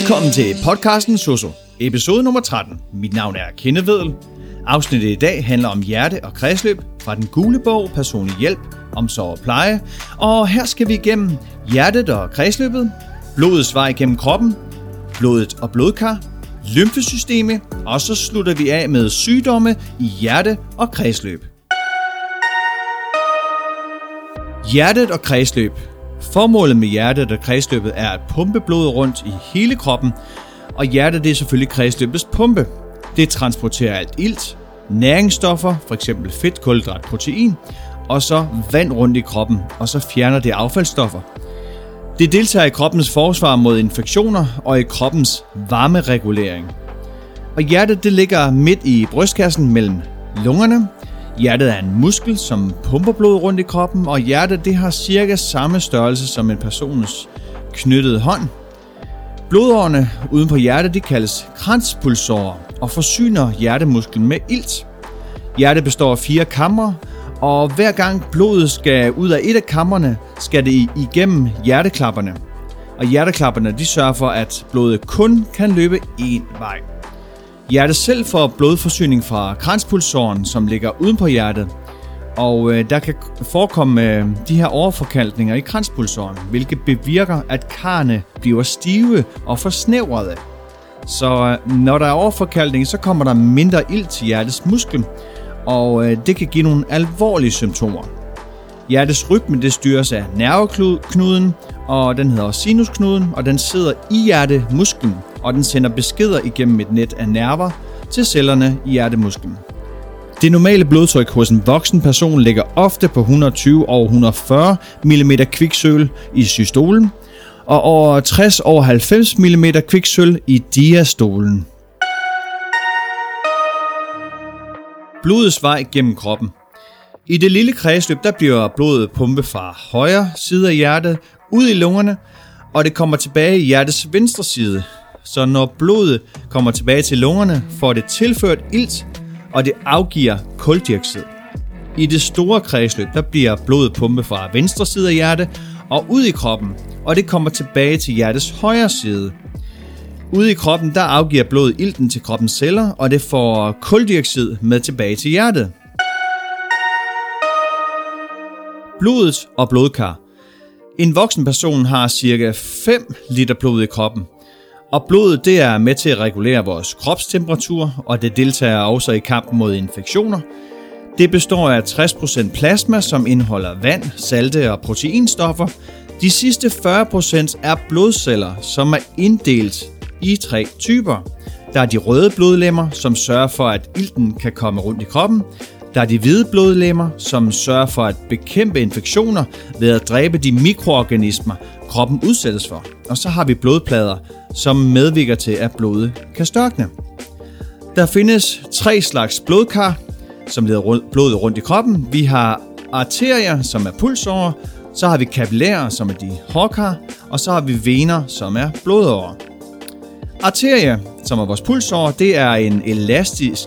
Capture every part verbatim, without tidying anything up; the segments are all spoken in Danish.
Velkommen til podcasten Soso, episode nummer tretten. Mit navn er Kenneth Vedel. Afsnittet i dag handler om hjerte og kredsløb fra den gule bog Personlig hjælp, omsorg og pleje. Og her skal vi igennem hjertet og kredsløbet, blodets vej gennem kroppen, blodet og blodkar, lymfesystemet, og så slutter vi af med sygdomme i hjerte og kredsløb. Hjertet og kredsløb. Formålet med hjertet og kredsløbet er at pumpe blodet rundt i hele kroppen, og hjertet det er selvfølgelig kredsløbets pumpe. Det transporterer alt ilt, næringsstoffer, f.eks. fedt, kulhydrat, protein, og så vand rundt i kroppen, og så fjerner det affaldsstoffer. Det deltager i kroppens forsvar mod infektioner og i kroppens varmeregulering. Og hjertet det ligger midt i brystkassen mellem lungerne. Hjertet er en muskel, som pumper blod rundt i kroppen, og hjertet det har cirka samme størrelse som en persons knyttede hånd. Blodårene uden på hjertet de kaldes kranspulsårer og forsyner hjertemusklen med ilt. Hjertet består af fire kamre, og hver gang blodet skal ud af et af kamrene, skal det igennem hjerteklapperne. Og hjerteklapperne de sørger for, at blodet kun kan løbe én vej. Hjertet selv får blodforsyning fra kranspulsåren, som ligger uden på hjertet, og øh, der kan forekomme øh, de her overforkalkninger i kranspulsåren, hvilket bevirker, at karrene bliver stive og forsnævrede. Så øh, når der er overforkalkning, så kommer der mindre ilt til hjertets muskel, og øh, det kan give nogle alvorlige symptomer. Hjertets rytme det styres af nerveknuden, og den hedder sinusknuden, og den sidder i hjertemusklen, og den sender beskeder igennem et net af nerver til cellerne i hjertemusklen. Det normale blodtryk hos en voksen person ligger ofte på et hundrede og tyve over et hundrede og fyrre millimeter kviksølv i systolen, og over tres over halvfems millimeter kviksølv i diastolen. Blodets vej gennem kroppen. I det lille kredsløb der bliver blodet pumpet fra højre side af hjertet ud i lungerne, og det kommer tilbage i hjertets venstre side. Så når blodet kommer tilbage til lungerne, får det tilført ilt, og det afgiver kuldioxid. I det store kredsløb der bliver blodet pumpet fra venstre side af hjertet og ud i kroppen, og det kommer tilbage til hjertets højre side. Ude i kroppen der afgiver blodet ilten til kroppens celler, og det får kuldioxid med tilbage til hjertet. Blodet og blodkar. En voksen person har cirka fem liter blod i kroppen, og blodet det er med til at regulere vores kropstemperatur, og det deltager også i kampen mod infektioner. Det består af tres procent plasma, som indeholder vand, salte og proteinstoffer. De sidste fyrre procent er blodceller, som er inddelt i tre typer. Der er de røde blodlemmer, som sørger for, at ilten kan komme rundt i kroppen. Der er de hvide blodlemmer, som sørger for at bekæmpe infektioner ved at dræbe de mikroorganismer, kroppen udsættes for. Og så har vi blodplader, som medvirker til, at blodet kan størkne. Der findes tre slags blodkar, som leder blodet rundt i kroppen. Vi har arterier, som er pulsårer, så har vi kapillærer, som er de hårkar, og så har vi vener, som er blodårer. Arterier, som er vores pulsårer, det er en elastisk,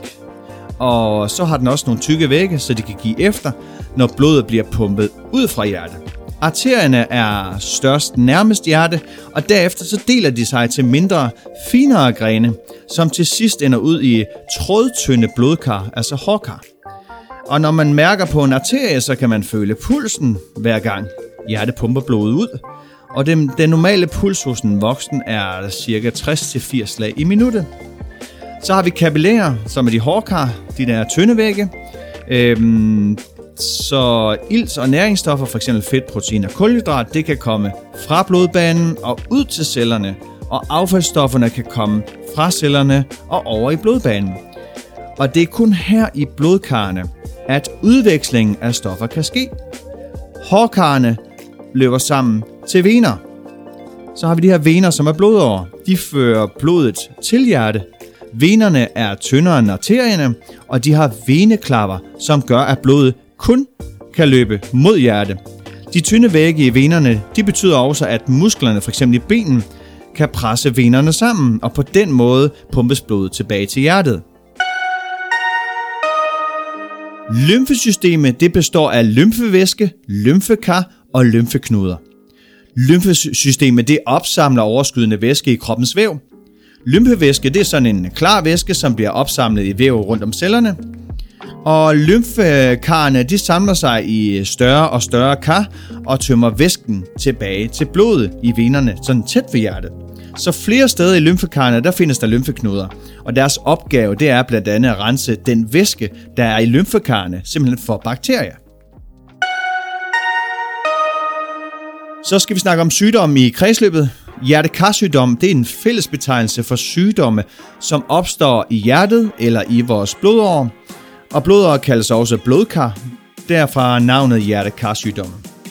og så har den også nogle tykke vægge, så de kan give efter, når blodet bliver pumpet ud fra hjertet. Arterierne er størst nærmest hjerte, og derefter så deler de sig til mindre, finere grene, som til sidst ender ud i trådtynde blodkar, altså hårkar. Og når man mærker på en arterie, så kan man føle pulsen hver gang hjertet pumper blodet ud. Og den, den normale puls hos en voksen er cirka tres til firs slag i minuttet. Så har vi kapillærer, som er de hårkar, de der tynde vægge. Øhm, så ilt og næringsstoffer, f.eks. fedt, protein og kulhydrat, det kan komme fra blodbanen og ud til cellerne, og affaldsstofferne kan komme fra cellerne og over i blodbanen. Og det er kun her i blodkarrene, at udvekslingen af stoffer kan ske. Hårkarrene løber sammen til vener. Så har vi de her vener, som er blodårer. De fører blodet til hjerte. Venerne er tyndere end arterierne, og de har veneklapper, som gør, at blodet kun kan løbe mod hjerte. De tynde vægge i venerne, de betyder også, at musklerne, f.eks. i benen, kan presse venerne sammen, og på den måde pumpes blodet tilbage til hjertet. Lymfesystemet det består af lymfevæske, lymfekar og lymfeknuder. Lymfesystemet det opsamler overskydende væske i kroppens væv, Lymfevæske, det er sådan en klar væske, som bliver opsamlet i væv rundt om cellerne. Og lymfekarrene, de samler sig i større og større kar og tømmer væsken tilbage til blodet i venerne, sådan tæt ved hjertet. Så flere steder i lymfekarrene, der findes der lymfeknuder, og deres opgave, det er blandt andet at rense den væske, der er i lymfekarrene, simpelthen for bakterier. Så skal vi snakke om sygdomme i kredsløbet. Hjertekarsygdom, det er en fællesbetegnelse for sygdomme, som opstår i hjertet eller i vores blodårer. Og blodårer kaldes også blodkar, derfra navnet hjertekarsygdom.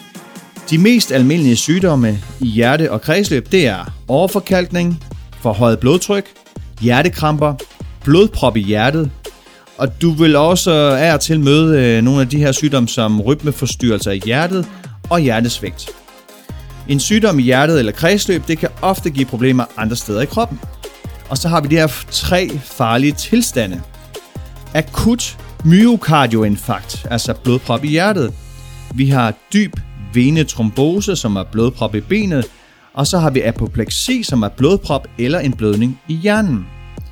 De mest almindelige sygdomme i hjerte- og kredsløb, det er åreforkalkning, forhøjet blodtryk, hjertekramper, blodprop i hjertet, og du vil også af og til møde nogle af de her sygdomme som rytmeforstyrrelser i hjertet og hjertesvigt. En sygdom i hjertet eller kredsløb, det kan ofte give problemer andre steder i kroppen. Og så har vi de her tre farlige tilstande. Akut myokardioinfarkt, altså blodprop i hjertet. Vi har dyb venetrombose, som er blodprop i benet. Og så har vi apopleksi, som er blodprop eller en blødning i hjernen.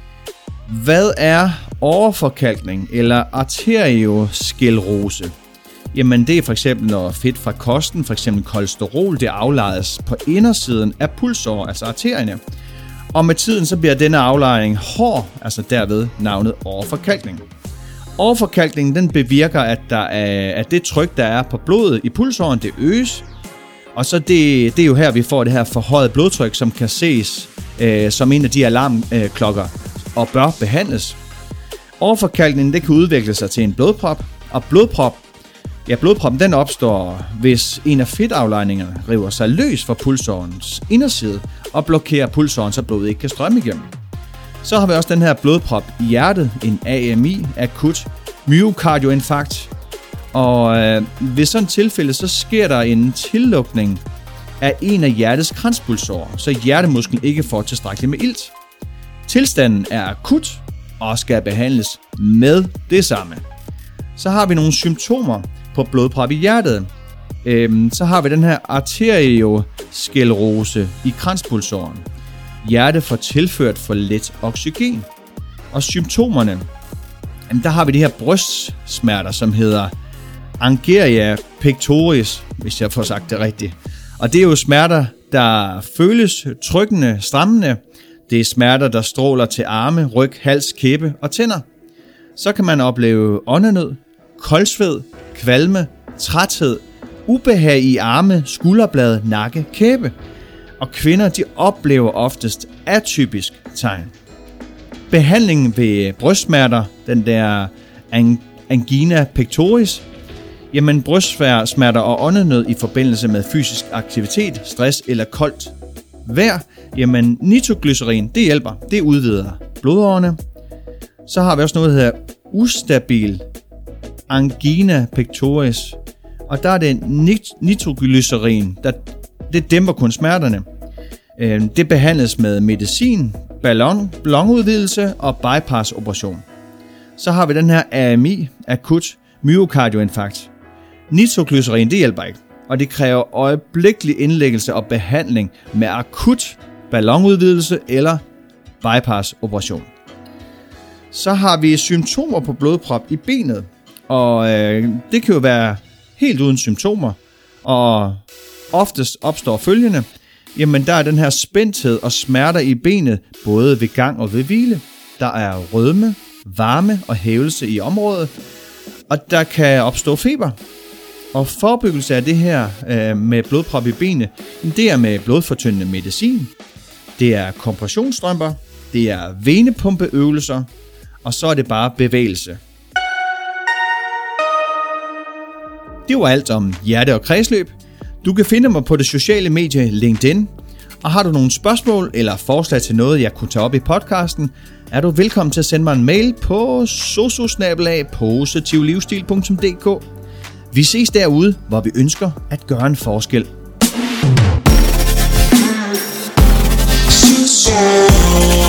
Hvad er åreforkalkning eller arteriosklerose? Jamen det er for eksempel når fedt fra kosten, for eksempel kolesterol, det aflejres på indersiden af pulsårer, altså arterierne. Og med tiden så bliver denne aflejring hård, altså derved navnet åreforkalkning. Åreforkalkningen den bevirker, at, der er, at det tryk, der er på blodet i pulsåren, det øges. Og så det, det er jo her, vi får det her forhøjet blodtryk, som kan ses øh, som en af de alarmklokker og bør behandles. Åreforkalkningen det kan udvikle sig til en blodprop, og blodprop Ja, blodproppen den opstår, hvis en af fedtaflejringerne river sig løs fra pulsårens inderside og blokerer pulsåren, så blodet ikke kan strømme igennem. Så har vi også den her blodprop i hjertet, en A M I, akut myokardioinfarkt. Og øh, ved sådan et tilfælde, så sker der en tillukning af en af hjertets kranspulsårer, så hjertemusklen ikke får tilstrækkeligt med ilt. Tilstanden er akut og skal behandles med det samme. Så har vi nogle symptomer på blodprop i hjertet. Øhm, så har vi den her arteriosklerose i kranspulsåren. Hjertet får tilført for lidt oxygen. Og symptomerne, jamen, der har vi de her brystsmerter, som hedder angina pectoris, hvis jeg får sagt det rigtigt. Og det er jo smerter, der føles trykkende, strammende. Det er smerter, der stråler til arme, ryg, hals, kæbe og tænder. Så kan man opleve åndenød, koldsved, kvalme, træthed, ubehag i arme, skulderblad, nakke, kæbe. Og kvinder de oplever oftest atypisk tegn. Behandlingen ved brystsmerter, den der angina pectoris, jamen brystsmerter og åndenød i forbindelse med fysisk aktivitet, stress eller koldt vejr, jamen nitroglycerin, det hjælper, det udvider blodårene. Så har vi også noget, der hedder ustabil angina pectoris, og der er det nitroglycerin, der det dæmper kun smerterne. Det behandles med medicin, ballon, ballonudvidelse og bypass-operation. Så har vi den her A M I, akut myokardioinfarkt. Nitroglycerin, det hjælper ikke, og det kræver øjeblikkelig indlæggelse og behandling med akut ballonudvidelse eller bypass-operation. Så har vi symptomer på blodprop i benet, og øh, det kan jo være helt uden symptomer, og oftest opstår følgende. Jamen der er den her spændthed og smerter i benet, både ved gang og ved hvile. Der er rødme, varme og hævelse i området, og der kan opstå feber. Og forebyggelse af det her øh, med blodprop i benet, det er med blodfortyndende medicin, det er kompressionsstrømper, det er venepumpeøvelser, og så er det bare bevægelse. Det var alt om hjerte- og kredsløb. Du kan finde mig på det sociale medie LinkedIn, og har du nogle spørgsmål eller forslag til noget, jeg kunne tage op i podcasten, er du velkommen til at sende mig en mail på sosu snabel-a positivlivsstil punktum d k. Vi ses derude, hvor vi ønsker at gøre en forskel. So